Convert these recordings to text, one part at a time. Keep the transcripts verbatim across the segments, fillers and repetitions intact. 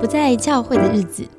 不在教会的日子。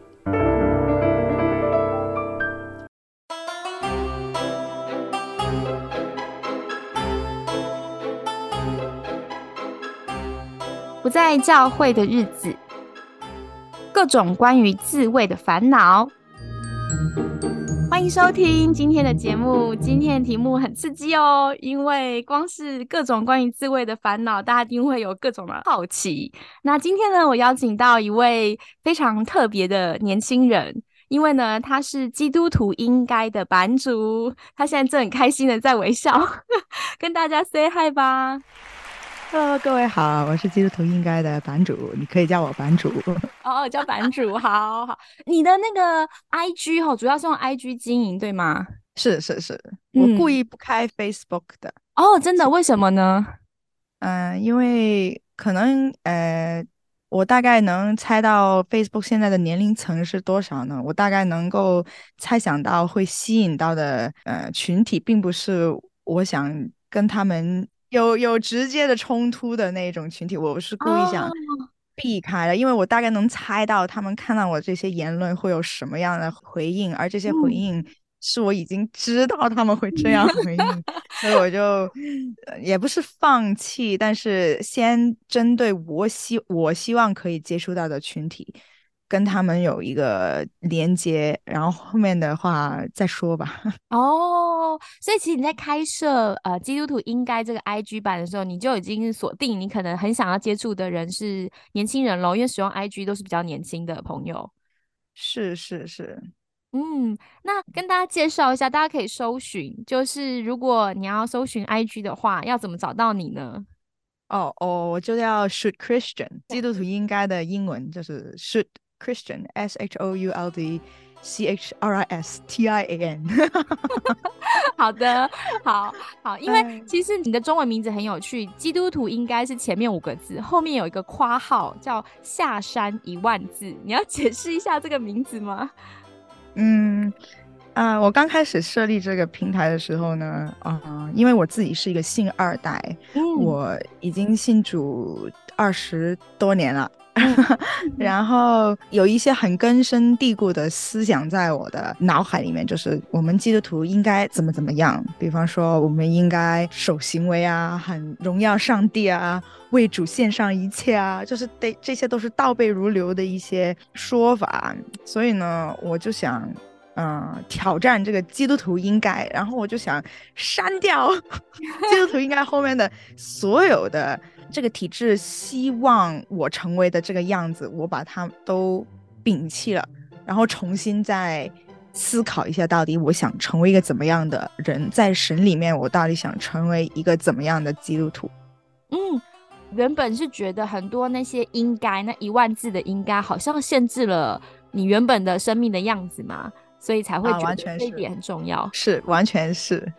不在教会的日子，各种关于自慰的烦恼。欢迎收听今天的节目，今天的题目很刺激哦，因为光是各种关于自慰的烦恼，大家一定会有各种的好奇。那今天呢，我邀请到一位非常特别的年轻人，因为呢，他是基督徒应该的版主，他现在正很开心的在微笑，跟大家 say hi 吧。 Hello， 各位好，我是基督徒应该的版主，你可以叫我版主。 哦，叫版主，好好。你的那个 I G 哦，主要是用 I G 经营，对吗？ 是是是， 嗯， 我故意不开 Facebook 的。 哦，真的？为什么呢？ 嗯、呃，因为可能呃，我大概能猜到 Facebook 现在的年龄层是多少呢？我大概能够猜想到会吸引到的呃群体，并不是我想跟他们有有直接的冲突的那种群体，我是故意想哦， 避开的，因为我大概能猜到他们看到我这些言论会有什么样的回应，而这些回嗯， 应是我已经知道他们会这样回应，所以我就呃也不是放弃，但是先针对我希我希望可以接触到的群体，跟他们有一个连接，然后后面的话再说吧。 哦，所以其实你在开设呃基督徒应该这个 I G 版的时候，你就已经锁定你可能很想要接触的人是年轻人咯，因为使用 I G 都是比较年轻的朋友。 是是是。 嗯，那跟大家介绍一下，大家可以搜寻，就是如果你要搜寻 I G 的话，要怎么找到你呢？ 哦哦，我就要 should Christian，基督徒应该的英文就是 should Christian，S H O U L D C H R I S T I A N。 好的，好好，因为哎， 其实你的中文名字很有趣，基督徒应该是前面五个字，后面有一个括号叫下山一万字，你要解释一下这个名字吗？ 嗯啊，我刚开始设立这个平台的时候呢，啊、因为我自己是一个信二代， 嗯我已经信主二十多年了。 嗯然后有一些很根深蒂固的思想在我的脑海里面，就是我们基督徒应该怎么怎么样，比方说我们应该守行为啊，很荣耀上帝啊，为主献上一切啊，就是得这些都是倒背如流的一些说法。所以呢，我就想嗯、呃挑战这个基督徒应该，然后我就想删掉基督徒应该后面的所有的这个体制希望我成为的这个样子，我把它都摒弃了，然后重新再思考一下，到底我想成为一个怎么样的人，在神里面我到底想成为一个怎么样的基督徒。 嗯，原本是觉得很多那些应该那一万字的应该好像限制了你原本的生命的样子嘛，所以才会啊， 觉得完全是， 这一点很重要。 是完全是。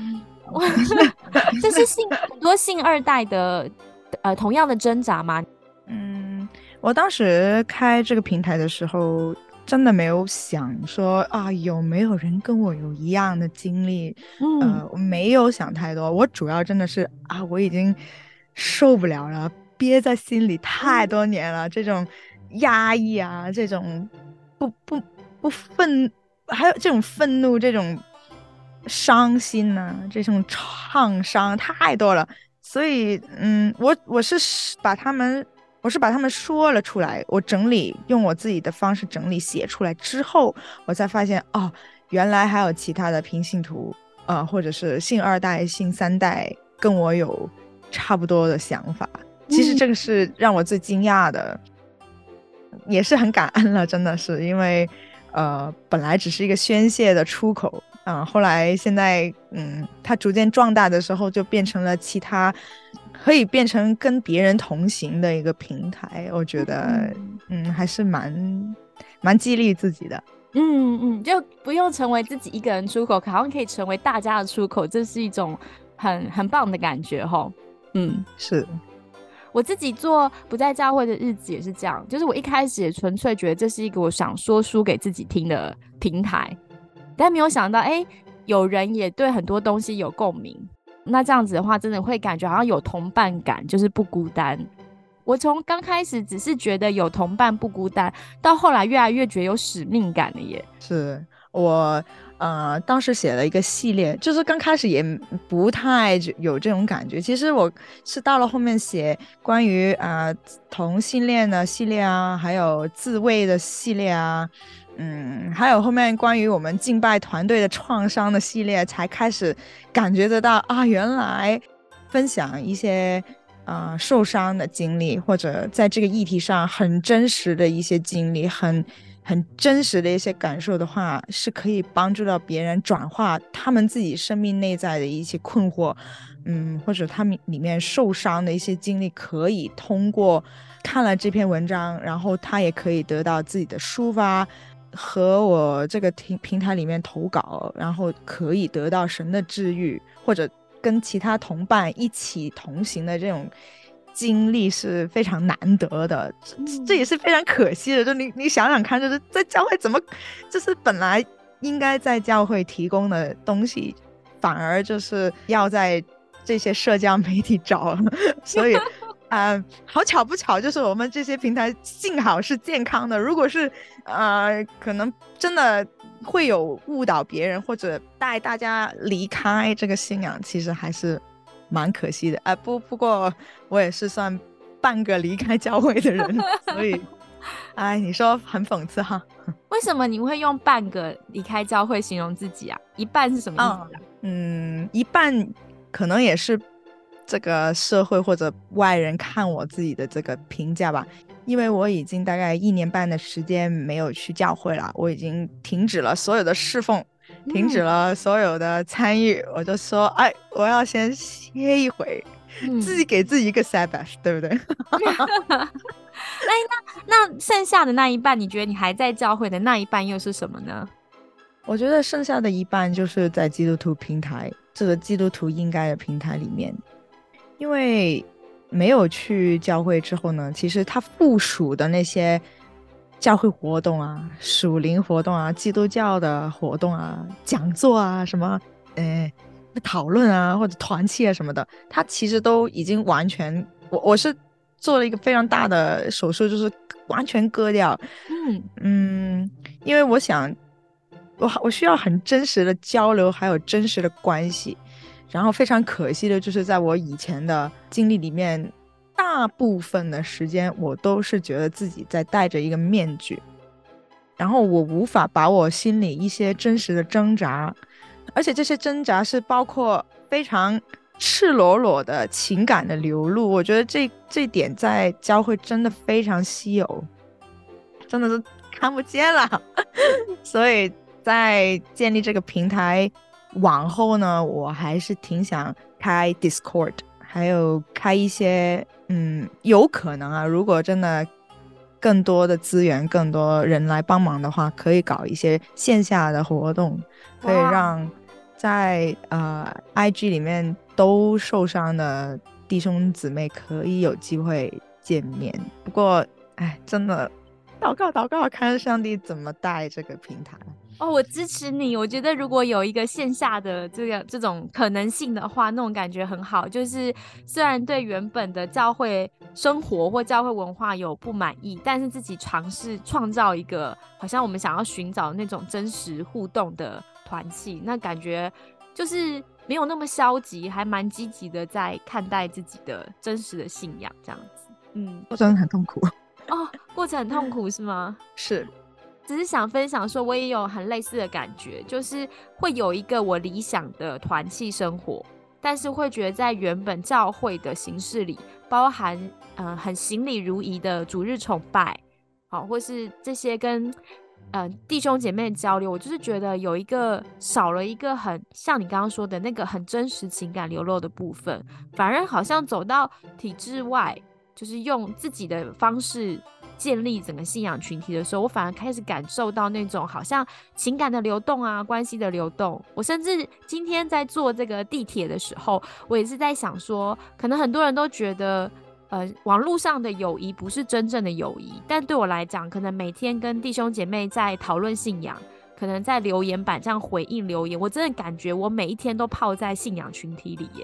这是信很多信二代的呃同样的挣扎吗？ 嗯，我当时开这个平台的时候，真的没有想说啊，有没有人跟我有一样的经历？ 嗯呃，我没有想太多，我主要真的是啊，我已经受不了了，憋在心里太多年了，这种压抑啊，这种不不不愤，还有这种愤怒，这种伤心呐、这种创伤太多了。所以，嗯，我我是把他们，我是把他们说了出来，我整理，用我自己的方式整理写出来之后，我才发现，哦，原来还有其他的平信徒，呃，或者是信二代、信三代，跟我有差不多的想法。其实嗯这个是让我最惊讶的，也是很感恩了，真的是因为，呃，本来只是一个宣泄的出口，啊、后来现在，嗯，它逐渐壮大的时候，就变成了其他可以变成跟别人同行的一个平台，我觉得， 嗯嗯，还是蛮蛮激励自己的。 嗯嗯，就不用成为自己一个人出口，好像可以成为大家的出口，这是一种很很棒的感觉吼。嗯。 是， 我自己做不在教会的日子也是这样，就是我一开始也纯粹觉得这是一个我想说书给自己听的平台，但没有想到，哎、有人也对很多东西有共鸣，那这样子的话，真的会感觉好像有同伴感，就是不孤单。 我从刚开始只是觉得有同伴不孤单，到后来越来越觉得有使命感了耶。 是我呃当时写了一个系列，就是刚开始也不太有这种感觉，其实我是到了后面写关于呃同性恋的系列啊，还有自慰的系列啊，嗯，还有后面关于我们敬拜团队的创伤的系列，才开始感觉得到啊，原来分享一些呃受伤的经历，或者在这个议题上很真实的一些经历，很很真实的一些感受的话，是可以帮助到别人转化他们自己生命内在的一些困惑，嗯，或者他们里面受伤的一些经历，可以通过看了这篇文章，然后他也可以得到自己的抒发，和我这个平平台里面投稿，然后可以得到神的治愈，或者跟其他同伴一起同行的这种经历是非常难得的，这这也是非常可惜的。就你你想想看，就是在教会怎么，就是本来应该在教会提供的东西，反而就是要在这些社交媒体找，所以。呃，好巧不巧，就是我们这些平台幸好是健康的。如果是呃，可能真的会有误导别人或者带大家离开这个信仰，其实还是蛮可惜的。呃，不，不过我也是算半个离开教会的人，所以，哎，你说很讽刺哈。 为什么你会用半个离开教会形容自己啊？一半是什么意思啊？ 嗯，一半可能也是这个社会或者外人看我自己的这个评价吧，因为我已经大概一年半的时间没有去教会了，我已经停止了所有的侍奉，停止了所有的参与，嗯、我就说，哎，我要先歇一回，嗯、自己给自己一个 Sabbath， 对不对？ 那那那剩下的那一半，你觉得你还在教会的那一半又是什么呢？ 我觉得剩下的一半就是在基督徒平台，这个基督徒应该的平台里面。因为没有去教会之后呢，其实他附属的那些教会活动啊、属灵活动啊、基督教的活动啊、讲座啊、什么呃讨论啊或者团契啊什么的，他其实都已经完全，我我是做了一个非常大的手术，就是完全割掉。嗯嗯，因为我想我我需要很真实的交流，还有真实的关系。然后非常可惜的就是在我以前的经历里面，大部分的时间我都是觉得自己在戴着一个面具，然后我无法把我心里一些真实的挣扎，而且这些挣扎是包括非常赤裸裸的情感的流露，我觉得这这点在教会真的非常稀有，真的是看不见了。所以在建立这个平台往后呢，我还是挺想开 Discord， 还有开一些嗯，有可能啊，如果真的更多的资源更多人来帮忙的话，可以搞一些线下的活动，可以让在呃 I G 里面都受伤的弟兄姊妹可以有机会见面。不过哎，真的祷告祷告看上帝怎么带这个平台。 哦，我支持你。我觉得如果有一个线下的这个这种可能性的话，那种感觉很好。就是虽然对原本的教会生活或教会文化有不满意，但是自己尝试创造一个好像我们想要寻找那种真实互动的团契，那感觉就是没有那么消极，还蛮积极的在看待自己的真实的信仰这样子。嗯， 真的很痛苦哦，过程很痛苦是吗？ 是。 只是想分享说，我也有很类似的感觉，就是会有一个我理想的团契生活，但是会觉得在原本教会的形式里，包含呃很行礼如仪的主日崇拜，好，或是这些跟呃弟兄姐妹的交流，我就是觉得有一个少了一个很像你刚刚说的那个很真实情感流露的部分，反而好像走到体制外，就是用自己的方式建立整个信仰群体的时候，我反而开始感受到那种好像情感的流动啊，关系的流动。我甚至今天在坐这个地铁的时候，我也是在想说，可能很多人都觉得呃，网络上的友谊不是真正的友谊，但对我来讲，可能每天跟弟兄姐妹在讨论信仰，可能在留言板这样回应留言，我真的感觉我每一天都泡在信仰群体里耶。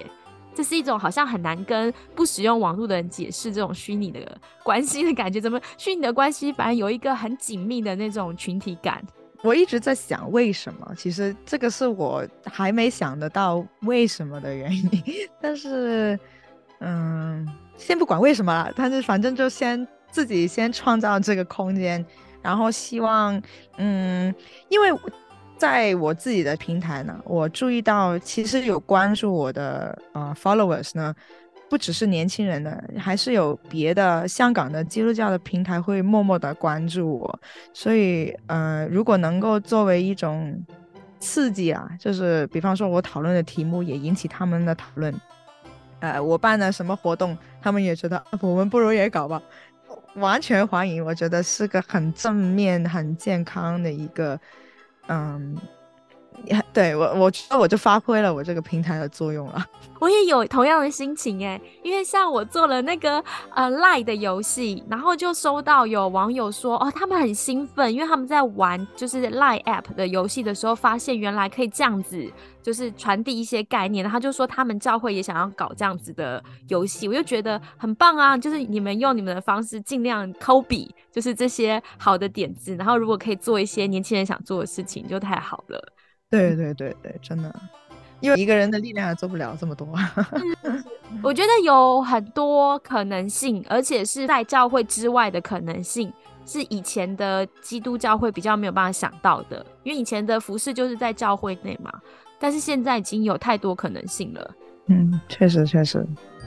这是一种好像很难跟不使用网络的人解释这种虚拟的关系的感觉，怎么虚拟的关系反而有一个很紧密的那种群体感。 我一直在想为什么，其实这个是我还没想得到为什么的原因但是嗯，先不管为什么了，但是反正就先自己先创造这个空间，然后希望嗯，因为在我自己的平台呢，我注意到其实有关注我的呃 followers 呢，不只是年轻人的，还是有别的香港的基督教的平台会默默的关注我，所以呃，如果能够作为一种刺激啊，就是比方说我讨论的题目也引起他们的讨论，呃，我办了什么活动，他们也觉得啊我们不如也搞吧，完全欢迎，我觉得是个很正面、很健康的一个，嗯，对，我我觉得我就发挥了我这个平台的作用了。 我也有同样的心情哎，因为像我做了那个呃 Line 的游戏，然后就收到有网友说哦，他们很兴奋，因为他们在玩就是 Line App 的游戏的时候，发现原来可以这样子，就是传递一些概念。他就说他们教会也想要搞这样子的游戏，我就觉得很棒啊！就是你们用你们的方式尽量抠笔，就是这些好的点子，然后如果可以做一些年轻人想做的事情，就太好了。 对对对对，真的。因为一个人的力量也做不了这么多我觉得有很多可能性，而且是在教会之外的可能性，是以前的基督教会比较没有办法想到的，因为以前的服事就是在教会内嘛，但是现在已经有太多可能性了。 嗯，确实确实。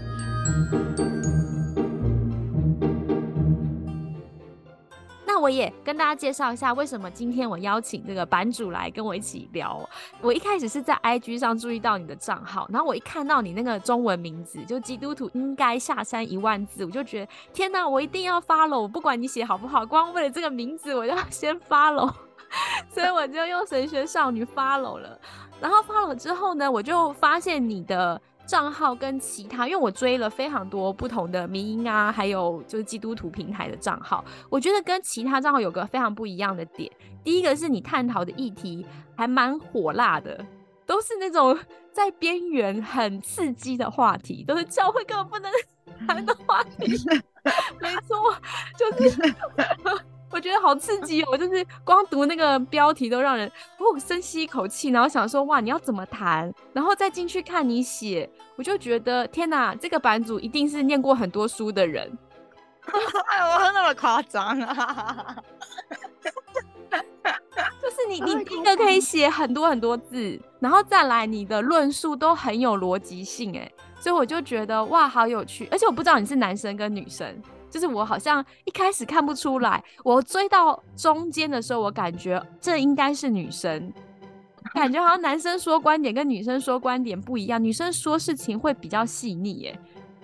那我也跟大家介绍一下为什么今天我邀请这个版主来跟我一起聊。我一开始是在 I G 上注意到你的账号，然后我一看到你那个中文名字就基督徒应该下山一万字，我就觉得天哪，我一定要 follow， 不管你写好不好，光为了这个名字我就要先 follow 所以我就用神学少女 follow 了。然后 follow 之后呢，我就发现你的账号跟其他，因为我追了非常多不同的迷因啊，还有就是基督徒平台的账号，我觉得跟其他账号有个非常不一样的点。第一个是你探讨的议题还蛮火辣的，都是那种在边缘很刺激的话题，都是教会根本不能谈的话题没错，就是我觉得好刺激哦，就是光读那个标题都让人哦深吸一口气，然后想说哇你要怎么谈，然后再进去看你写，我就觉得天哪，这个版主一定是念过很多书的人哎，我那么夸张啊就是你你第一个可以写很多很多字，然后再来你的论述都很有逻辑性哎，所以我就觉得哇好有趣，而且我不知道你是男生跟女生，就是我好像一开始看不出来，我追到中间的时候我感觉这应该是女生，感觉好像男生说观点跟女生说观点不一样，女生说事情会比较细腻耶。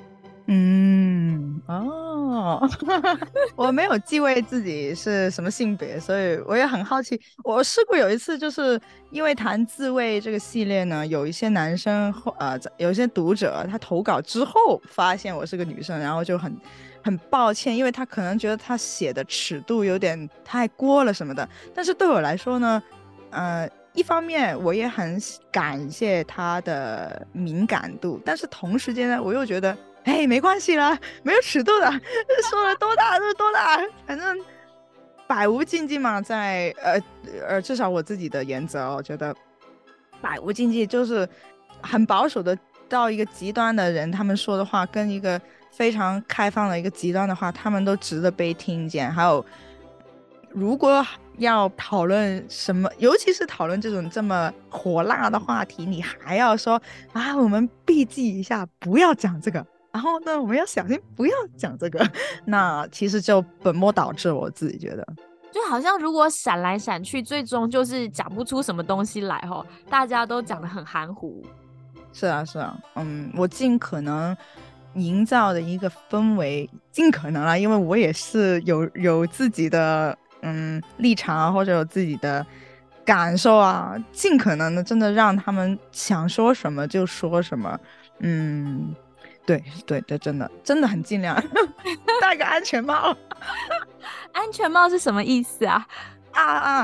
嗯，哦我没有忌讳自己是什么性别，所以我也很好奇。我试过有一次，就是因为谈自慰这个系列呢，有一些男生呃，有一些读者他投稿之后发现我是个女生，然后就很很抱歉，因为他可能觉得他写的尺度有点太过了什么的。但是对我来说呢，呃，一方面我也很感谢他的敏感度，但是同时间呢，我又觉得。哎，没关系啦，没有尺度的，说了多大就是多大，反正百无禁忌嘛，在呃呃，至少我自己的原则，我觉得百无禁忌就是很保守的到一个极端的人，他们说的话跟一个非常开放的一个极端的话，他们都值得被听见。还有，如果要讨论什么，尤其是讨论这种这么火辣的话题，你还要说啊，我们避忌一下，不要讲这个。然后呢，我们要小心不要讲这个，那其实就本末倒置，我自己觉得。 就好像如果闪来闪去，最终就是讲不出什么东西来吼，大家都讲得很含糊。 是啊，是啊，嗯，我尽可能营造的一个氛围，尽可能啦，因为我也是有有自己的嗯立场啊，或者有自己的感受啊，尽可能的真的让他们想说什么就说什么，嗯。对对对，真的真的很尽量戴个安全帽安全帽是什么意思啊？ 啊啊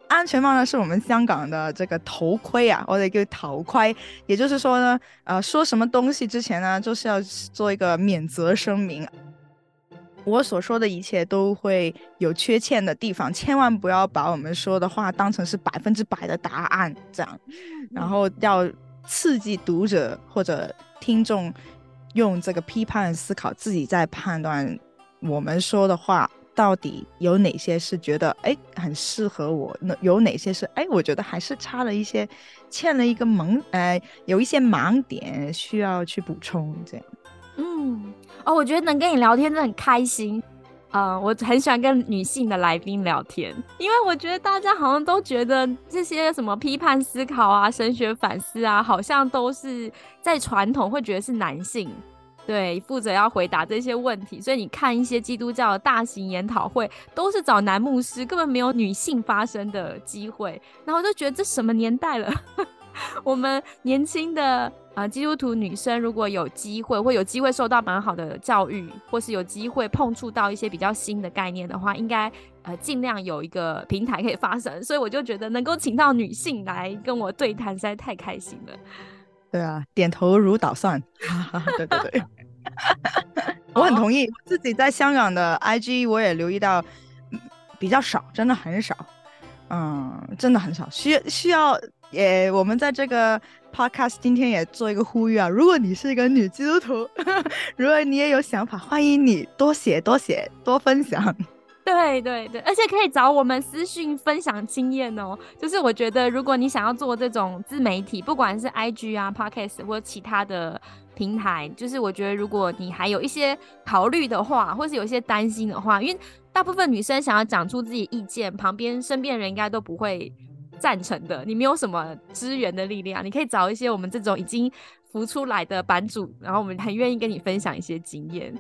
安全帽呢是我们香港的这个头盔啊，我哋叫頭盔，也就是说呢，呃，说什么东西之前呢，就是要做一个免责声明。我所说的一切都会有缺陷的地方，千万不要把我们说的话当成是百分之百的答案这样，然后要刺激读者或者听众用这个批判思考，自己在判断我们说的话到底有哪些是觉得哎很适合我，有哪些是哎我觉得还是差了一些，欠了一个盲呃有一些盲点需要去补充这样。 嗯，哦，我觉得能跟你聊天真的很开心。呃，我很喜欢跟女性的来宾聊天，因为我觉得大家好像都觉得这些什么批判思考啊、神学反思啊，好像都是在传统会觉得是男性对负责要回答这些问题，所以你看一些基督教的大型研讨会都是找男牧师，根本没有女性发声的机会，然后我就觉得这什么年代了我们年轻的呃基督徒女生如果有机会或有机会受到蛮好的教育，或是有机会碰触到一些比较新的概念的话，应该呃尽量有一个平台可以发声，所以我就觉得能够请到女性来跟我对谈实在太开心了。 对啊，点头如捣蒜对对对我很同意，自己在香港的 I G 我也留意到、嗯、比较少，真的很少，嗯，真的很少，需需要也我们在这个 podcast 今天也做一个呼吁啊，如果你是一个女基督徒如果你也有想法，欢迎你多写多写多分享。 对对对，而且可以找我们私讯分享经验哦。就是我觉得，如果你想要做这种自媒体，不管是 I G 啊、Podcast 或其他的平台，就是我觉得如果你还有一些考虑的话，或是有一些担心的话，因为大部分女生想要讲出自己意见，旁边身边人应该都不会赞成的。你没有什么支援的力量，你可以找一些我们这种已经浮出来的版主，然后我们很愿意跟你分享一些经验。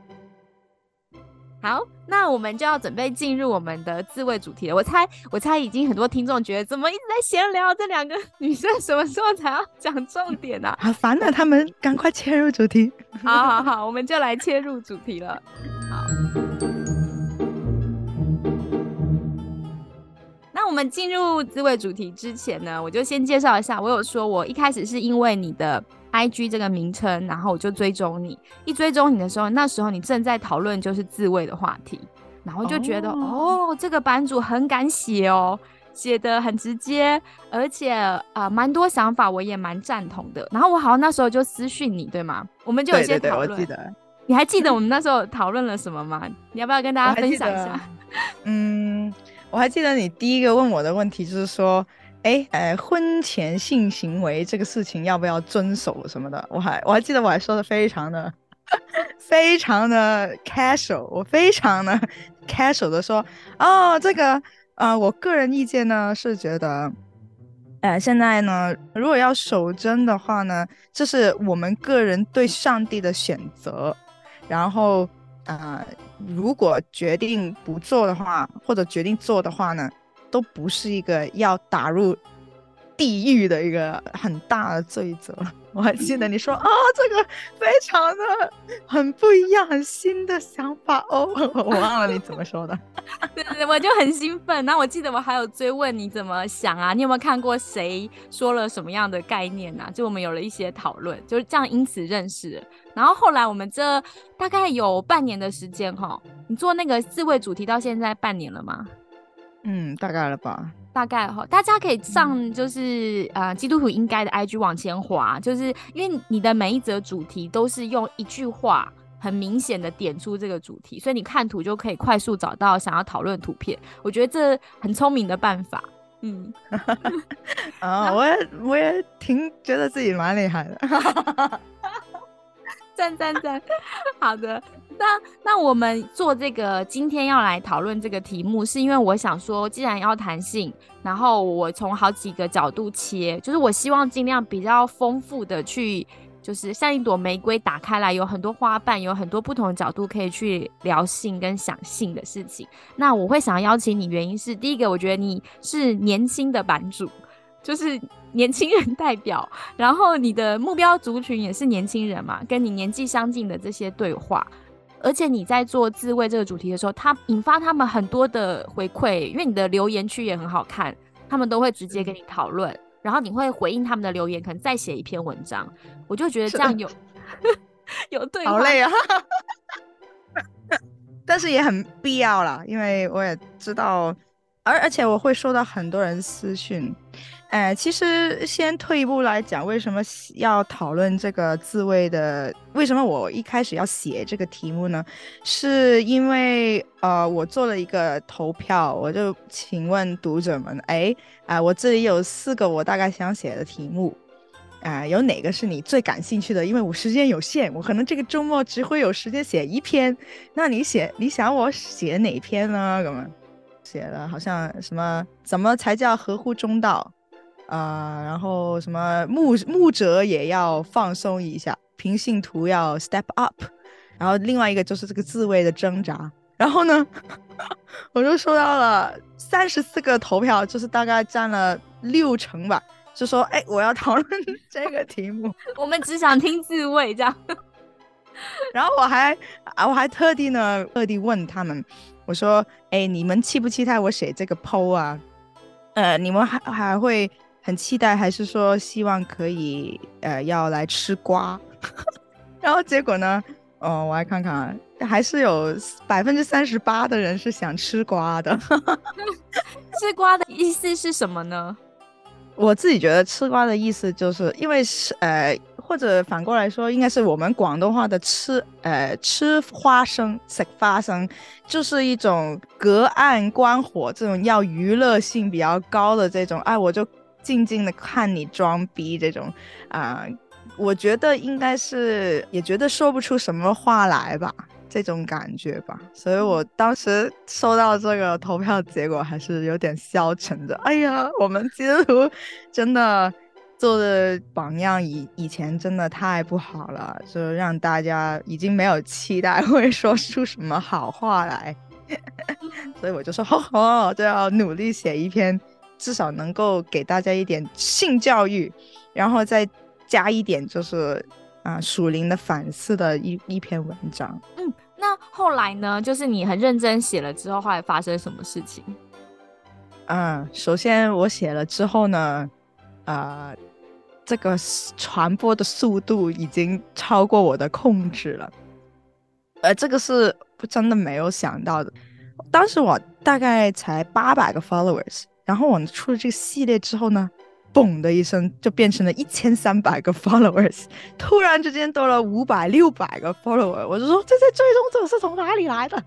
好，那我们就要准备进入我们的自慰主题了。我猜，我猜已经很多听众觉得，怎么一直在闲聊？这两个女生什么时候才要讲重点啊？ 好烦啊！他们赶快切入主题。 好好好，我们就来切入主题了。好，那我们进入自慰主题之前呢，我就先介绍一下。我有说，我一开始是因为你的I G 这个名称，然后我就追踪你。一追踪你的时候，那时候你正在讨论就是自慰的话题，然后就觉得 哦, 哦，这个版主很敢写哦，写得很直接，而且呃蛮多想法，我也蛮赞同的。然后我好像那时候就私讯你，对吗？我们就有一些讨论。 对对对，我记得。 你还记得我们那时候讨论了什么吗？你要不要跟大家分享一下？ 嗯，我还记得你第一个问我的问题就是说。哎，呃，婚前性行为这个事情要不要遵守什么的？我还我还记得我还说的非常的非常的 casual， 我非常的 casual 的说，哦，这个呃，我个人意见呢是觉得，呃，现在呢，如果要守贞的话呢，这是我们个人对上帝的选择，然后呃，如果决定不做的话，或者决定做的话呢，都不是一个要打入地狱的一个很大的罪责。我还记得你说啊、哦，这个非常的很不一样，很新的想法哦。我忘了你怎么说的。 对对对，我就很兴奋。然后我记得我还有追问你怎么想啊，你有没有看过谁说了什么样的概念啊？就我们有了一些讨论，就是这样因此认识了。然后后来我们这大概有半年的时间齁，你做那个自慰主题到现在半年了吗？ 嗯，大概了吧。 大概齁，大家可以上就是呃基督徒应该的 I G 往前滑，就是因为你的每一则主题都是用一句话很明显的点出这个主题，所以你看图就可以快速找到想要讨论图片。我觉得这很聪明的办法。嗯， 啊、哦，我也我也挺觉得自己蛮厉害的。 赞赞赞，好的。那那我们做这个今天要来讨论这个题目，是因为我想说，既然要谈性，然后我从好几个角度切，就是我希望尽量比较丰富的去，就是像一朵玫瑰打开来，有很多花瓣，有很多不同的角度可以去聊性跟想性的事情。那我会想要邀请你，原因是第一个，我觉得你是年轻的版主。就是年轻人代表，然后你的目标族群也是年轻人嘛，跟你年纪相近的这些对话， 而且你在做自慰这个主题的时候，它引发他们很多的回馈，因为你的留言区也很好看，他们都会直接跟你讨论，然后你会回应他们的留言，可能再写一篇文章。我就觉得这样有有对话， 好累啊但是也很必要啦，因为我也知道，而而且我会收到很多人私讯。哎，其实先退一步来讲，为什么要讨论这个自慰的？为什么我一开始要写这个题目呢？是因为呃，我做了一个投票，我就请问读者们，哎啊、呃，我这里有四个我大概想写的题目。啊、呃，有哪个是你最感兴趣的？因为我时间有限，我可能这个周末只会有时间写一篇。那你写，你想我写哪篇呢？咁样写了，好像什么怎么才叫合乎中道？呃，然后什么牧牧者也要放松一下，平信徒要 step up， 然后另外一个就是这个自慰的挣扎。然后呢，我就收到了三十四个投票，就是大概占了六成吧。就说哎，我要讨论这个题目， 我们只想听自慰这样。 然后我还我还特地呢特地问他们，我说哎，你们期不期待我写这个 P O 啊？呃，你们还还会很期待，还是说希望可以呃要来吃瓜？然后结果呢，哦，我来看看，还是有百分之三十八的人是想吃瓜的。 吃瓜的意思是什么呢？ 我自己觉得吃瓜的意思就是因为是呃，或者反过来说，应该是我们广东话的吃呃吃花生食花生，就是一种隔岸观火这种要娱乐性比较高的这种，哎，我就静静的看你装逼这种啊、呃，我觉得应该是也觉得说不出什么话来吧。这种感觉吧，所以我当时收到这个投票结果还是有点消沉的。哎呀，我们基督徒真的做的榜样以以前真的太不好了，就让大家已经没有期待会说出什么好话来。所以我就说，好好，就要努力写一篇，至少能够给大家一点性教育，然后再加一点就是啊属灵的反思的一一篇文章。 嗯。那后来呢？就是你很认真写了之后，后来发生什么事情？ 嗯，首先我写了之后呢，呃，这个传播的速度已经超过我的控制了，呃，这个是真的没有想到的。当时我大概才八百个 followers， 然后我出了这个系列之后呢，嘣的一声就变成了一千三百个 followers， 突然之间多了五百、六百个 follower， 我就说这些追踪者是从哪里来的？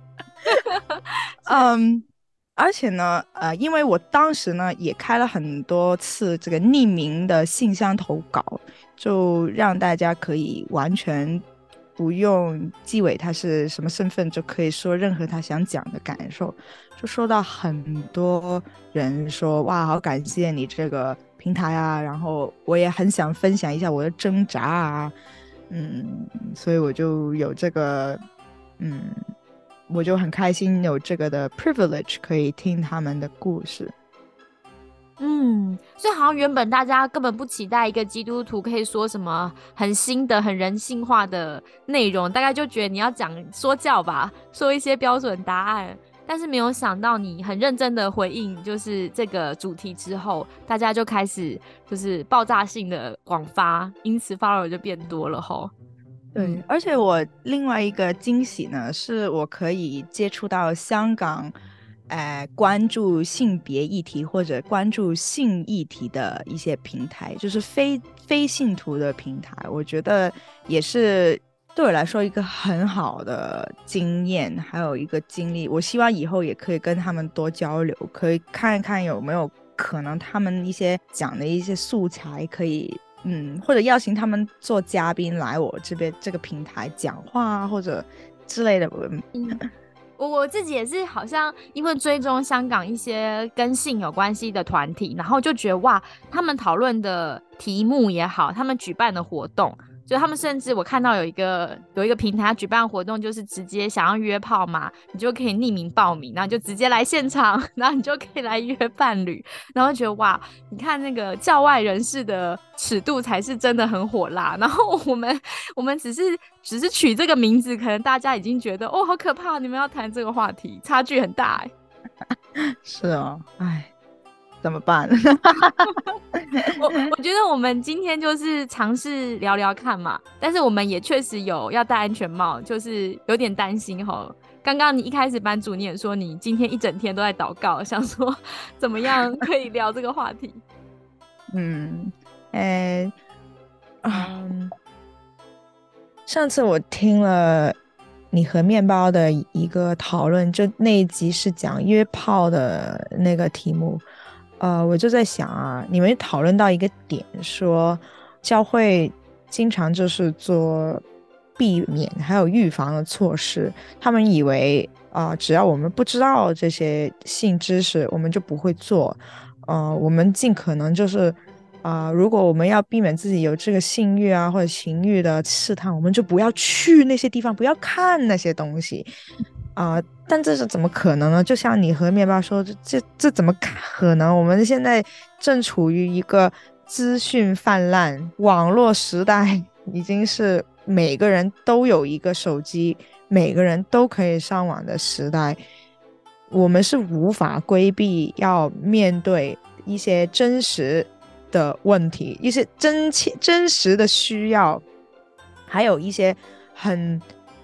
嗯，而且呢，呃，因为我当时呢也开了很多次这个匿名的信箱投稿，就让大家可以完全不用纪委他是什么身份，就可以说任何他想讲的感受，就收到很多人说哇，好感谢你这个平台啊，然后我也很想分享一下我的挣扎啊，嗯，所以我就有这个，嗯，我就很开心有这个的 privilege 可以听他们的故事。 嗯，所以好像原本大家根本不期待一个基督徒可以说什么很新的、很人性化的内容，大概就觉得你要讲说教吧，说一些标准答案。但是没有想到你很认真的回应，就是这个主题之后，大家就开始就是爆炸性的广发，因此 follower 就变多了吼。 对、嗯，而且我另外一个惊喜呢，是我可以接触到香港，呃，关注性别议题或者关注性议题的一些平台，就是非非信徒的平台，我觉得也是对我来说一个很好的经验，还有一个经历。我希望以后也可以跟他们多交流，可以看一看有没有可能他们一些讲的一些素材可以。嗯，或者邀请他们做嘉宾来我这边这个平台讲话啊，或者之类的。 嗯，我我自己也是，好像因为追踪香港一些跟性有关系的团体，然后就觉得哇，他们讨论的题目也好，他们举办的活动， 就他们甚至我看到有一个有一个平台举办活动，就是直接想要约炮嘛，你就可以匿名报名，然后你就直接来现场，然后你就可以来约伴侣，然后觉得哇，你看那个教外人士的尺度才是真的很火辣，然后我们我们只是只是取这个名字，可能大家已经觉得哦好可怕，你们要谈这个话题，差距很大哎。 是哦，哎，怎么办？ 我我觉得我们今天就是尝试聊聊看嘛，但是我们也确实有要戴安全帽，就是有点担心齁。刚刚你一开始班主你也说你今天一整天都在祷告，想说怎么样可以聊这个话题。 嗯，哎，嗯，上次我听了你和面包的一个讨论，就那一集是讲约炮的那个题目，呃，我就在想啊，你们讨论到一个点说，教会经常就是做避免还有预防的措施，他们以为啊、呃只要我们不知道这些性知识，我们就不会做，呃，我们尽可能就是啊、呃如果我们要避免自己有这个性欲啊或者情欲的试探，我们就不要去那些地方，不要看那些东西啊、呃但这是怎么可能呢？就像你和面包说，这这这怎么可能？我们现在正处于一个资讯泛滥、网络时代，已经是每个人都有一个手机，每个人都可以上网的时代。我们是无法规避要面对一些真实的问题，一些真切真实的需要，还有一些很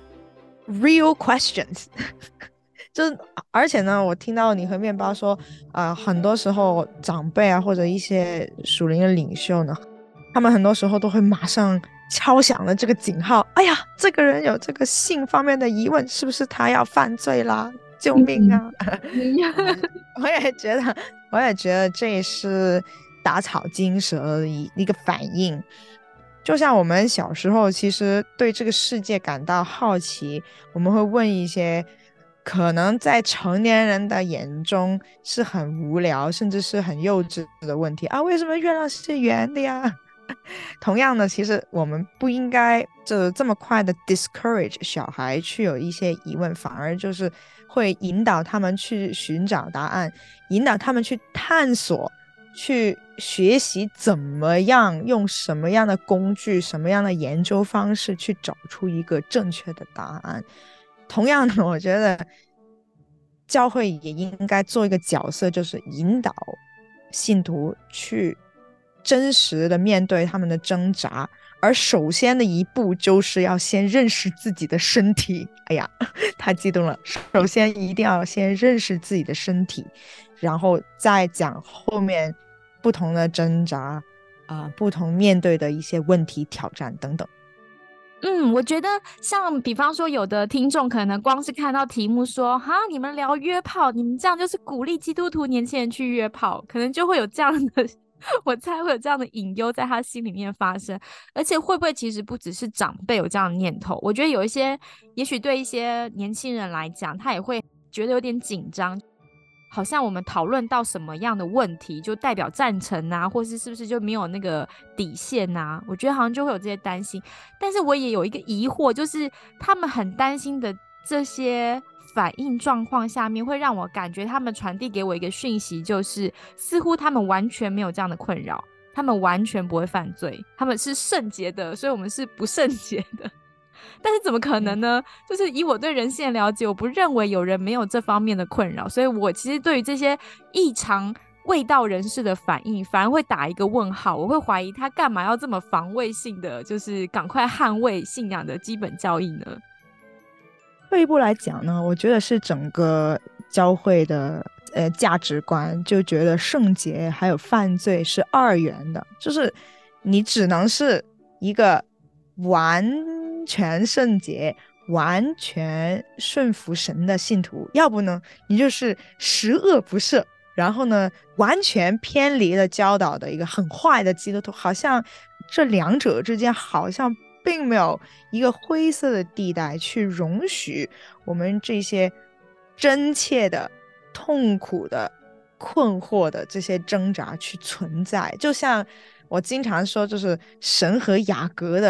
real questions 就而且呢，我听到你和面包说，啊、很多时候长辈啊或者一些属灵的领袖呢，他们很多时候都会马上敲响了这个警号，哎呀，这个人有这个性方面的疑问，是不是他要犯罪啦？救命嗯啊！我也觉得，我也觉得这是打草惊蛇的一一个反应。就像我们小时候，其实对这个世界感到好奇，我们会问一些可能在成年人的眼中是很无聊，甚至是很幼稚的问题啊，为什么月亮是圆的呀？同样的，其实我们不应该就这么快的 discourage 小孩去有一些疑问，反而就是会引导他们去寻找答案，引导他们去探索，去学习怎么样用什么样的工具、什么样的研究方式去找出一个正确的答案。同样的，我觉得教会也应该做一个角色，就是引导信徒去真实的面对他们的挣扎，而首先的一步就是要先认识自己的身体。哎呀，太激动了！首先一定要先认识自己的身体，然后再讲后面不同的挣扎啊、呃不同面对的一些问题、挑战等等。 嗯，我觉得像比方说，有的听众可能光是看到题目说，哈，你们聊约炮，你们这样就是鼓励基督徒年轻人去约炮，可能就会有这样的，我猜会有这样的隐忧在他心里面发生。而且会不会其实不只是长辈有这样的念头，我觉得有一些，也许对一些年轻人来讲，他也会觉得有点紧张。好像我们讨论到什么样的问题，就代表赞成啊，或是是不是就没有那个底线啊？我觉得好像就会有这些担心。但是我也有一个疑惑，就是他们很担心的这些反应状况下面，会让我感觉他们传递给我一个讯息，就是似乎他们完全没有这样的困扰，他们完全不会犯罪，他们是圣洁的，所以我们是不圣洁的。但是怎么可能呢？就是以我对人性的了解，我不认为有人没有这方面的困扰，所以我其实对于这些异常卫道人士的反应，反而会打一个问号。我会怀疑他干嘛要这么防卫性的，就是赶快捍卫信仰的基本教义呢？ 退一步来讲呢，我觉得是整个教会的呃价值观，就觉得圣洁还有犯罪是二元的，就是你只能是一个完全圣洁、完全顺服神的信徒，要不呢，你就是十恶不赦，然后呢，完全偏离了教导的一个很坏的基督徒，好像这两者之间好像并没有一个灰色的地带去容许我们这些真切的、痛苦的、困惑的这些挣扎去存在。就像我经常说，就是神和雅各的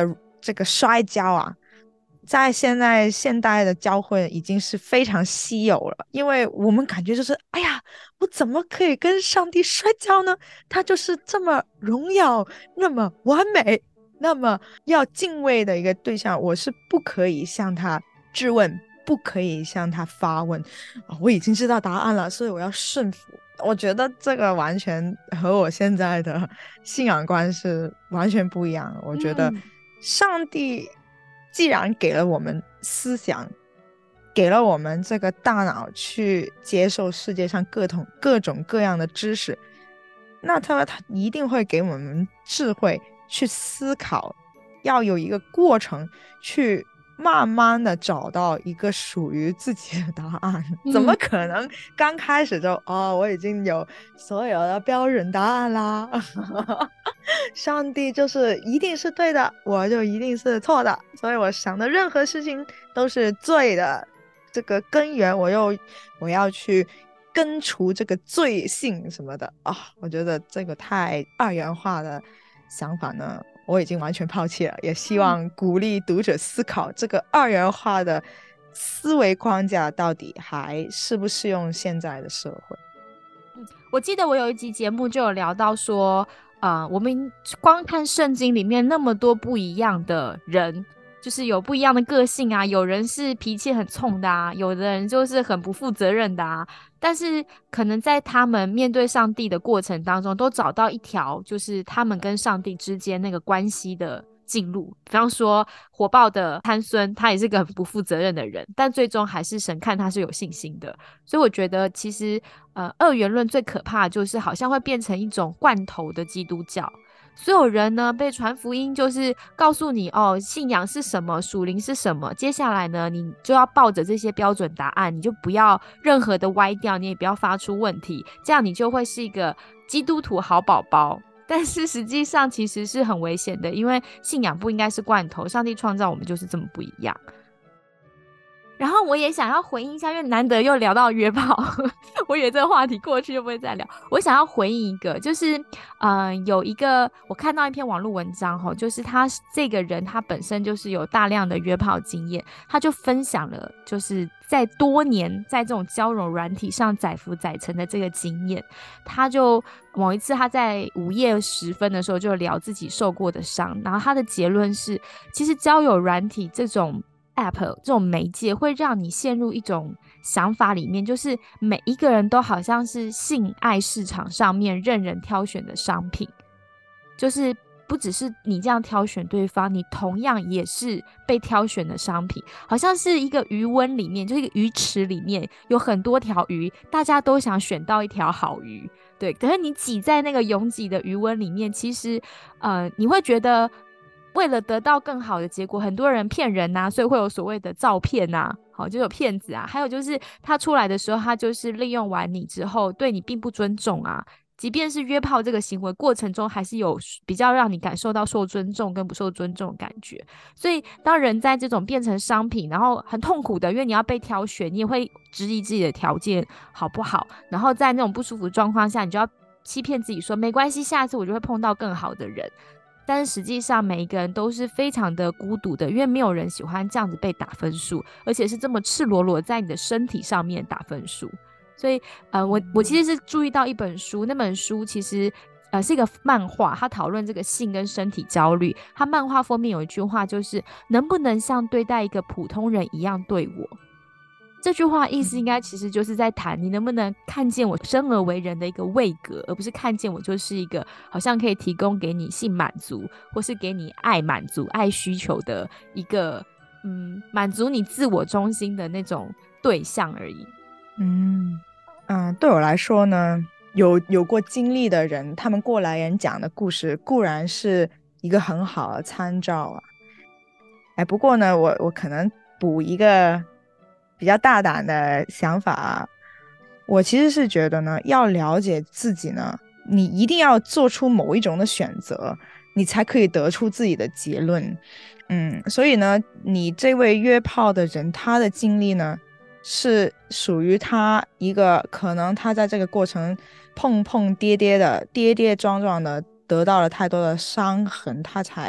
这个摔跤啊，在现在现代的教会已经是非常稀有了，因为我们感觉就是，哎呀，我怎么可以跟上帝摔跤呢？他就是这么荣耀，那么完美，那么要敬畏的一个对象，我是不可以向他质问，不可以向他发问啊！我已经知道答案了，所以我要顺服。我觉得这个完全和我现在的信仰观是完全不一样的。我觉得嗯上帝既然给了我们思想，给了我们这个大脑去接受世界上各种各种各样的知识，那他他一定会给我们智慧去思考，要有一个过程去慢慢的找到一个属于自己的答案。怎么嗯可能刚开始就哦，我已经有所有的标准答案啦？上帝就是一定是对的，我就一定是错的，所以我想的任何事情都是对的。这个根源，我又我要去根除这个罪性什么的啊、我觉得这个太二元化的想法呢，我已经完全抛弃了。也希嗯。 望鼓励读者思考这个二元化的思维框架到底还适不适用现在的社会。 我记得我有一集节目就有聊到说，呃，我们光看圣经里面那么多不一样的人，就是有不一样的个性啊，有人是脾气很冲的啊，有的人就是很不负责任的啊，但是可能在他们面对上帝的过程当中，都找到一条就是他们跟上帝之间那个关系的进路。比方说火爆的参孙，他也是个很不负责任的人，但最终还是神看他是有信心的。所以我觉得其实呃二元论最可怕的就是好像会变成一种罐头的基督教。所有人呢被传福音，就是告诉你哦，信仰是什么，属灵是什么。接下来呢，你就要抱着这些标准答案，你就不要任何的歪掉，你也不要发出问题，这样你就会是一个基督徒好宝宝。但是实际上其实是很危险的，因为信仰不应该是罐头，上帝创造我们就是这么不一样。然后我也想要回应一下，因为难得又聊到约炮，我以为这个话题过去就不会再聊。我想要回应一个，就是呃，有一个我看到一篇网络文章哈，就是他这个人他本身就是有大量的约炮经验，他就分享了就是在多年在这种交友软体上载浮载沉的这个经验。他就某一次他在午夜时分的时候就聊自己受过的伤，然后他的结论是，其实交友软体这种App 这种媒介会让你陷入一种想法里面，就是每一个人都好像是性爱市场上面任人挑选的商品，就是不只是你这样挑选对方，你同样也是被挑选的商品，好像是一个鱼温里面，就是一个鱼池里面有很多条鱼，大家都想选到一条好鱼，对，可是你挤在那个拥挤的鱼温里面，其实呃，你会觉得为了得到更好的结果，很多人骗人呐、啊，所以会有所谓的照骗呐、啊，好，就有骗子啊。还有就是他出来的时候，他就是利用完你之后，对你并不尊重啊。即便是约炮这个行为过程中，还是有比较让你感受到受尊重跟不受尊重的感觉。所以，当人在这种变成商品，然后很痛苦的，因为你要被挑选，你也会质疑自己的条件好不好。然后在那种不舒服的状况下，你就要欺骗自己说没关系，下次我就会碰到更好的人。但是实际上每一个人都是非常的孤独的，因为没有人喜欢这样子被打分数，而且是这么赤裸裸在你的身体上面打分数。所以呃，我我其实是注意到一本书，那本书其实呃是一个漫画，它讨论这个性跟身体焦虑。它漫画封面有一句话，就是能不能像对待一个普通人一样对我。这句话意思应该其实就是在谈你能不能看见我生而为人的一个位格，而不是看见我就是一个好像可以提供给你性满足或是给你爱满足爱需求的一个嗯满足你自我中心的那种对象而已。 嗯嗯、呃对我来说呢，有有过经历的人，他们过来人讲的故事固然是一个很好的参照啊。哎，不过呢，我我可能补一个比较大胆的想法啊，我其实是觉得呢，要了解自己呢，你一定要做出某一种的选择，你才可以得出自己的结论。嗯，所以呢，你这位约炮的人，他的经历呢，是属于他一个可能他在这个过程碰碰跌跌的、跌跌撞撞的，得到了太多的伤痕，他才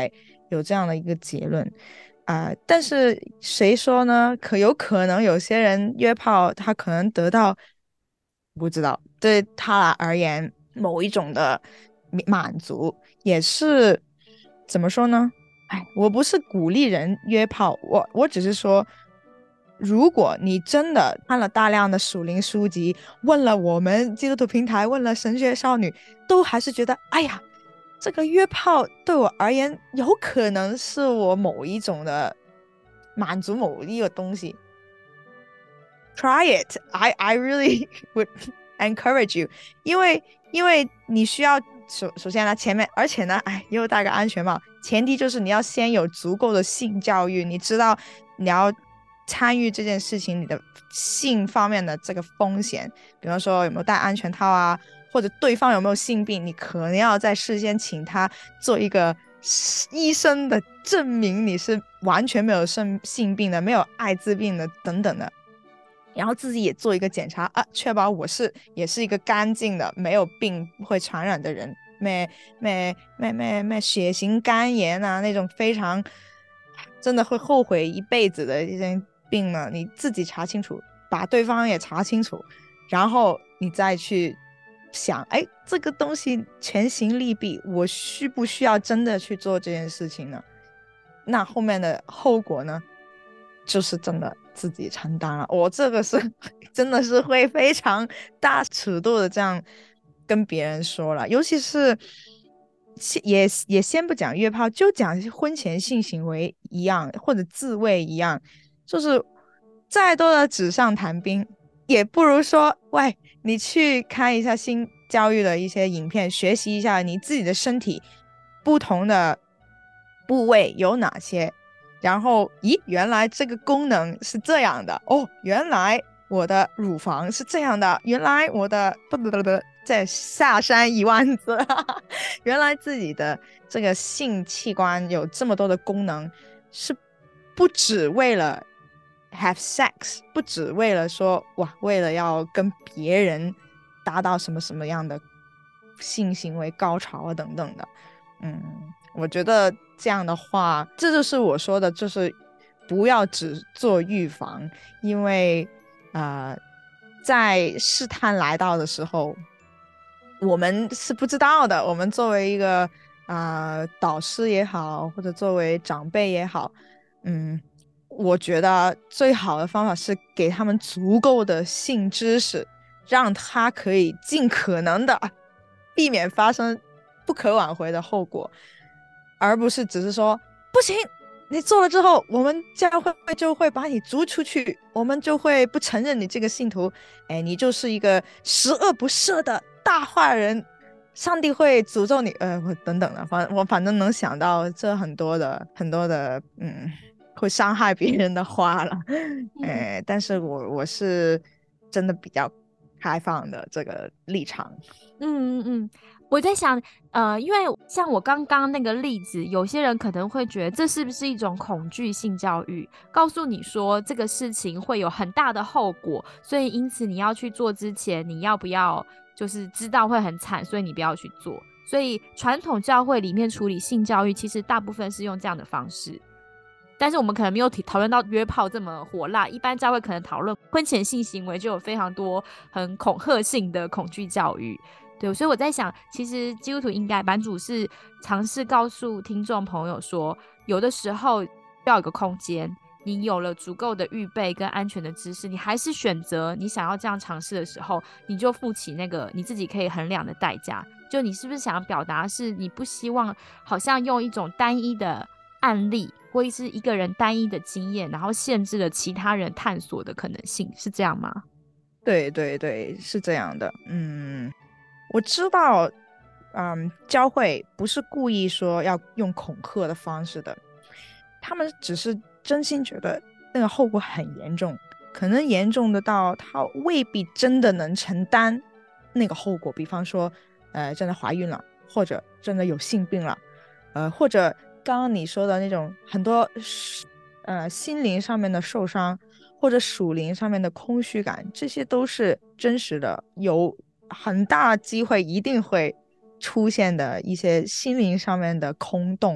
有这样的一个结论啊、呃但是谁说呢？可有可能有些人约炮，他可能得到不知道对他而言某一种的满足，也是怎么说呢？哎，我不是鼓励人约炮，我我只是说，如果你真的看了大量的属灵书籍，问了我们基督徒平台，问了神学少女，都还是觉得，哎呀，这个约炮对我而言，有可能是我某一种的满足某一个东西。Try it. I I really would encourage you. 因为因为你需要首首先呢，前面而且呢，哎，又戴个安全帽，前提就是你要先有足够的性教育，你知道你要参与这件事情，你的性方面的这个风险，比方说有没有戴安全套啊，或者对方有没有性病，你可能要在事先请他做一个医生的证明，你是完全没有性性病的，没有艾滋病的等等的。然后自己也做一个检查啊，确保我是也是一个干净的、没有病不会传染的人，没没没没没血型肝炎啊那种非常真的会后悔一辈子的一些病呢，你自己查清楚，把对方也查清楚，然后你再去想，哎，这个东西权衡利弊，我需不需要真的去做这件事情呢？那后面的后果呢？就是真的自己承担了，我这个是真的是会非常大尺度的这样跟别人说了，尤其是也也先不讲约炮，就讲婚前性行为一样，或者自慰一样，就是再多的纸上谈兵，也不如说，喂，你去看一下性教育的一些影片，学习一下你自己的身体不同的部位有哪些。然后，咦，原来这个功能是这样的哦，原来我的乳房是这样的，原来我的不不不不，再下山一万字，原来自己的这个性器官有这么多的功能，是不只为了 have sex， 不只为了说哇，为了要跟别人达到什么什么样的性行为高潮啊等等的，嗯。我觉得这样的话，这就是我说的，就是不要只做预防，因为呃，在试探来到的时候，我们是不知道的。我们作为一个啊、呃导师也好，或者作为长辈也好，嗯，我觉得最好的方法是给他们足够的性知识，让他可以尽可能的避免发生不可挽回的后果。而不是只是说不行，你做了之后，我们教会就会把你逐出去，我们就会不承认你这个信徒，哎，你就是一个十恶不赦的大坏人，上帝会诅咒你，呃，等等的，反我反正能想到这很多的很多的，嗯，会伤害别人的话了，哎，但是我我是真的比较开放的这个立场。 嗯嗯嗯，我在想，呃，因为像我刚刚那个例子，有些人可能会觉得这是不是一种恐惧性教育，告诉你说这个事情会有很大的后果，所以因此你要去做之前，你要不要就是知道会很惨，所以你不要去做。所以传统教会里面处理性教育，其实大部分是用这样的方式。但是我们可能没有讨论到约炮这么火辣，一般教会可能讨论婚前性行为就有非常多很恐吓性的恐惧教育。对，所以我在想，其实基督徒应该版主是尝试告诉听众朋友说，有的时候要有个空间，你有了足够的预备跟安全的知识，你还是选择你想要这样尝试的时候，你就负起那个你自己可以衡量的代价。就你是不是想要表达是你不希望好像用一种单一的案例或是一个人单一的经验，然后限制了其他人探索的可能性，是这样吗？ 对对对，是这样的，嗯。我知道，嗯，教会不是故意说要用恐吓的方式的，他们只是真心觉得那个后果很严重，可能严重的到他未必真的能承担那个后果。比方说，呃，真的怀孕了，或者真的有性病了，呃，或者刚刚你说的那种很多，呃，心灵上面的受伤，或者属灵上面的空虚感，这些都是真实的，有很大机会一定会出现的一些心灵上面的空洞啊。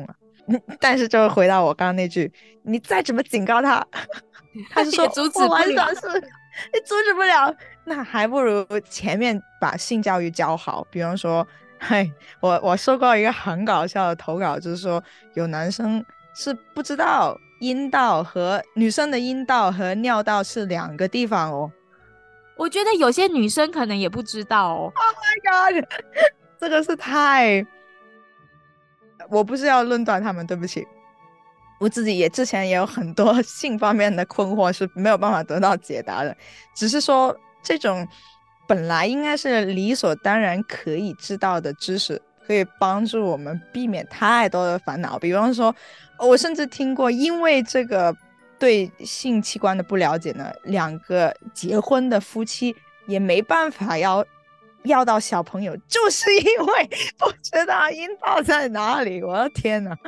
但是就回到我刚刚那句，你再怎么警告他，他是说也阻止我不了。 玩耍是你阻止不了，那还不如前面把性教育教好。比方说，嘿，我我收过一个很搞笑的投稿，就是说有男生是不知道阴道和女生的阴道和尿道是两个地方哦。 我觉得有些女生可能也不知道哦。 Oh my god， 这个是太……我不是要论断他们，对不起。我自己也之前也有很多性方面的困惑是没有办法得到解答的，只是说这种本来应该是理所当然可以知道的知识，可以帮助我们避免太多的烦恼。比方说，我甚至听过因为这个对性器官的不了解呢，两个结婚的夫妻也没办法要要到小朋友，就是因为不知道阴道在哪里。我的天哪！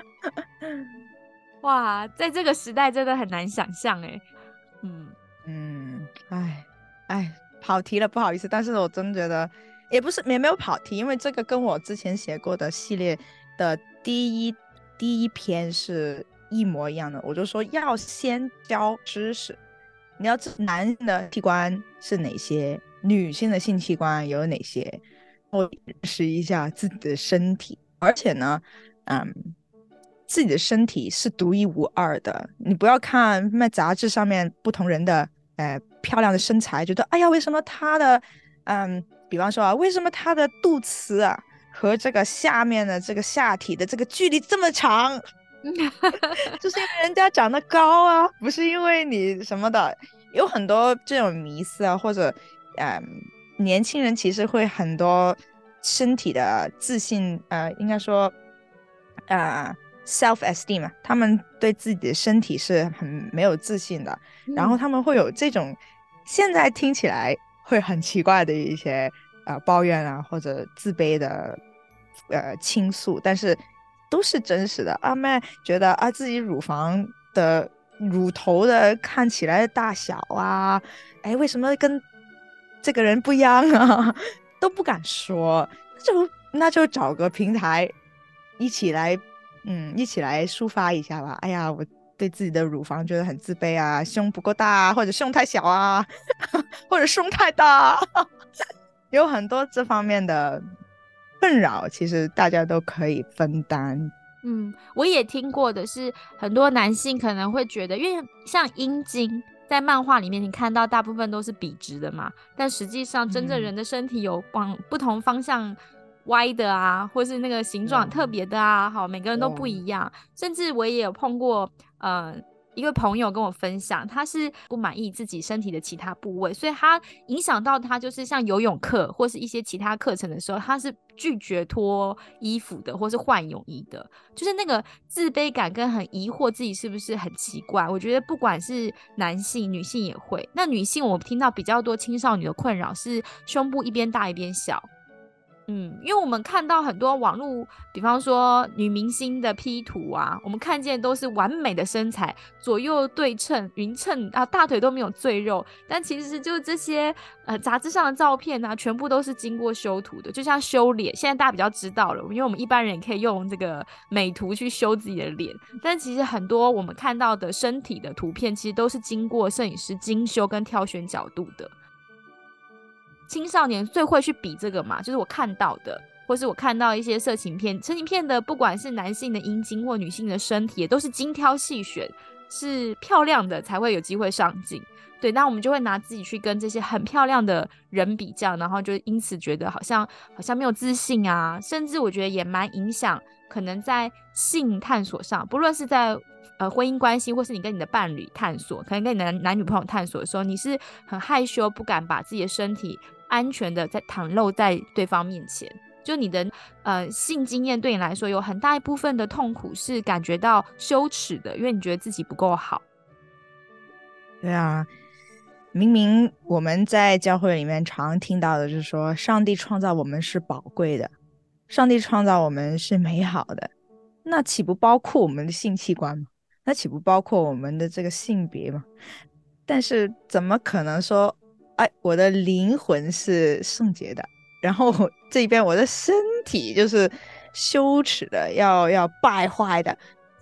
哇，在这个时代真的很难想象哎。嗯嗯，哎哎，跑题了，不好意思。但是我真觉得也不是也没有跑题，因为这个跟我之前写过的系列的第一第一篇是一模一样的。我就说要先教知识，你要知男性的器官是哪些，女性的性器官有哪些，我认识一下自己的身体。而且呢，嗯。自己的身体是独一无二的，你不要看那杂志上面不同人的呃漂亮的身材，觉得哎呀，为什么他的嗯，比方说啊，为什么他的肚脐啊和这个下面的这个下体的这个距离这么长？就是因为人家长得高啊，不是因为你什么的。有很多这种迷思啊，或者嗯，年轻人其实会很多身体的自信，呃，应该说呃。self esteem 啊，他们对自己的身体是很没有自信的， 嗯然后他们会有这种现在听起来会很奇怪的一些呃抱怨啊，或者自卑的呃倾诉，但是都是真实的。阿妹觉得啊自己乳房的乳头的看起来的大小啊，哎为什么跟这个人不一样啊，都不敢说，那就那就找个平台一起来。嗯，一起来抒发一下吧。哎呀，我对自己的乳房觉得很自卑啊，胸不够大啊，或者胸太小啊，或者胸太大啊，有很多这方面的困扰，其实大家都可以分担。 嗯，我也听过的是，很多男性可能会觉得，因为像阴茎在漫画里面你看到大部分都是笔直的嘛，但实际上真正人的身体有往不同方向歪的啊，或是那个形状特别的啊，好，每个人都不一样。甚至我也有碰过，呃，一个朋友跟我分享，他是不满意自己身体的其他部位，所以他影响到他就是像游泳课或是一些其他课程的时候，他是拒绝脱衣服的，或是换泳衣的，就是那个自卑感跟很疑惑自己是不是很奇怪。我觉得不管是男性女性也会，那女性我听到比较多青少女的困扰是胸部一边大一边小。嗯，因为我们看到很多网络，比方说女明星的 P 图啊，我们看见都是完美的身材，左右对称、匀称啊，大腿都没有赘肉，但其实就是这些呃杂志上的照片啊，全部都是经过修图的，就像修脸，现在大家比较知道了，因为我们一般人也可以用这个美图去修自己的脸，但其实很多我们看到的身体的图片，其实都是经过摄影师精修跟挑选角度的。青少年最会去比这个嘛，就是我看到的，或是我看到一些色情片，色情片的不管是男性的阴茎或女性的身体，也都是精挑细选，是漂亮的才会有机会上镜。对，那我们就会拿自己去跟这些很漂亮的人比较，然后就因此觉得好像好像没有自信啊，甚至我觉得也蛮影响，可能在性探索上，不论是在呃婚姻关系，或是你跟你的伴侣探索，可能跟你的男男女朋友探索的时候，你是很害羞，不敢把自己的身体安全的在袒露在对方面前。就你的呃性经验对你来说有很大一部分的痛苦是感觉到羞耻的，因为你觉得自己不够好。 对啊，明明我们在教会里面常听到的就是说，上帝创造我们是宝贵的，上帝创造我们是美好的，那岂不包括我们的性器官吗？那岂不包括我们的这个性别吗？但是怎么可能说，哎，我的灵魂是圣洁的，然后这边我的身体就是羞耻的，要要败坏的？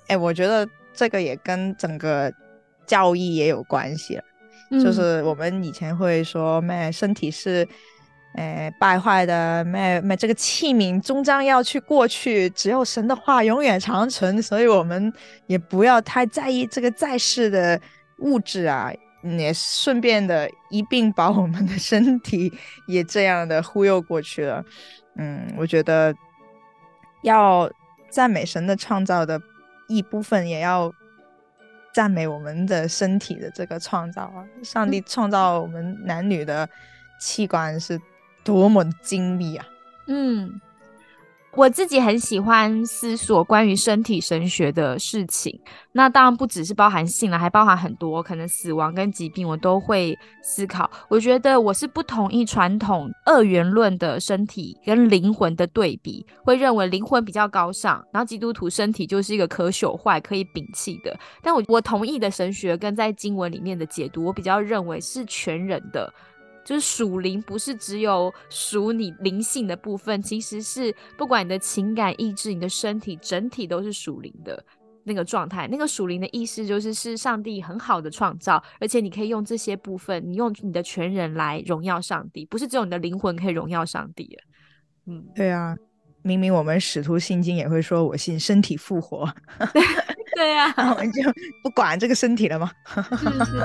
哎，我觉得这个也跟整个教义也有关系了。 嗯， 就是我们以前会说咩身体是呃败坏的，咩咩这个器皿终将要去过去，只有神的话永远长存，所以我们也不要太在意这个在世的物质啊，也顺便的一并把我们的身体也这样的忽悠过去了。嗯，我觉得要赞美神的创造的一部分，也要赞美我们的身体的这个创造啊！上帝创造我们男女的器官是多么精密啊！ 嗯，我自己很喜欢思索关于身体神学的事情，那当然不只是包含性了，还包含很多可能死亡跟疾病，我都会思考。我觉得我是不同意传统二元论的身体跟灵魂的对比，会认为灵魂比较高尚，然后基督徒身体就是一个可朽坏可以摒弃的。但我我同意的神学跟在经文里面的解读，我比较认为是全人的，就是属灵不是只有属你灵性的部分，其实是不管你的情感、意志、你的身体，整体都是属灵的那个状态。那个属灵的意思就是是上帝很好的创造，而且你可以用这些部分，你用你的全人来荣耀上帝，不是只有你的灵魂可以荣耀上帝。嗯， 对啊，明明我们使徒信经也会说我信身体复活， 对啊， 那我们就不管这个身体了吗？ 是是。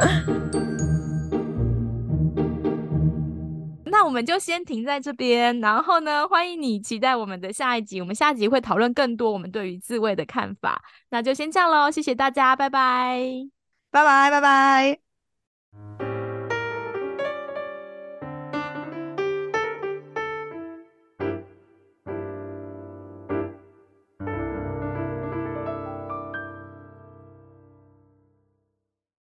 那我们就先停在这边，然后呢，欢迎你期待我们的下一集，我们下一集会讨论更多我们对于自慰的看法。那就先这样咯，谢谢大家，拜拜。 拜拜拜拜。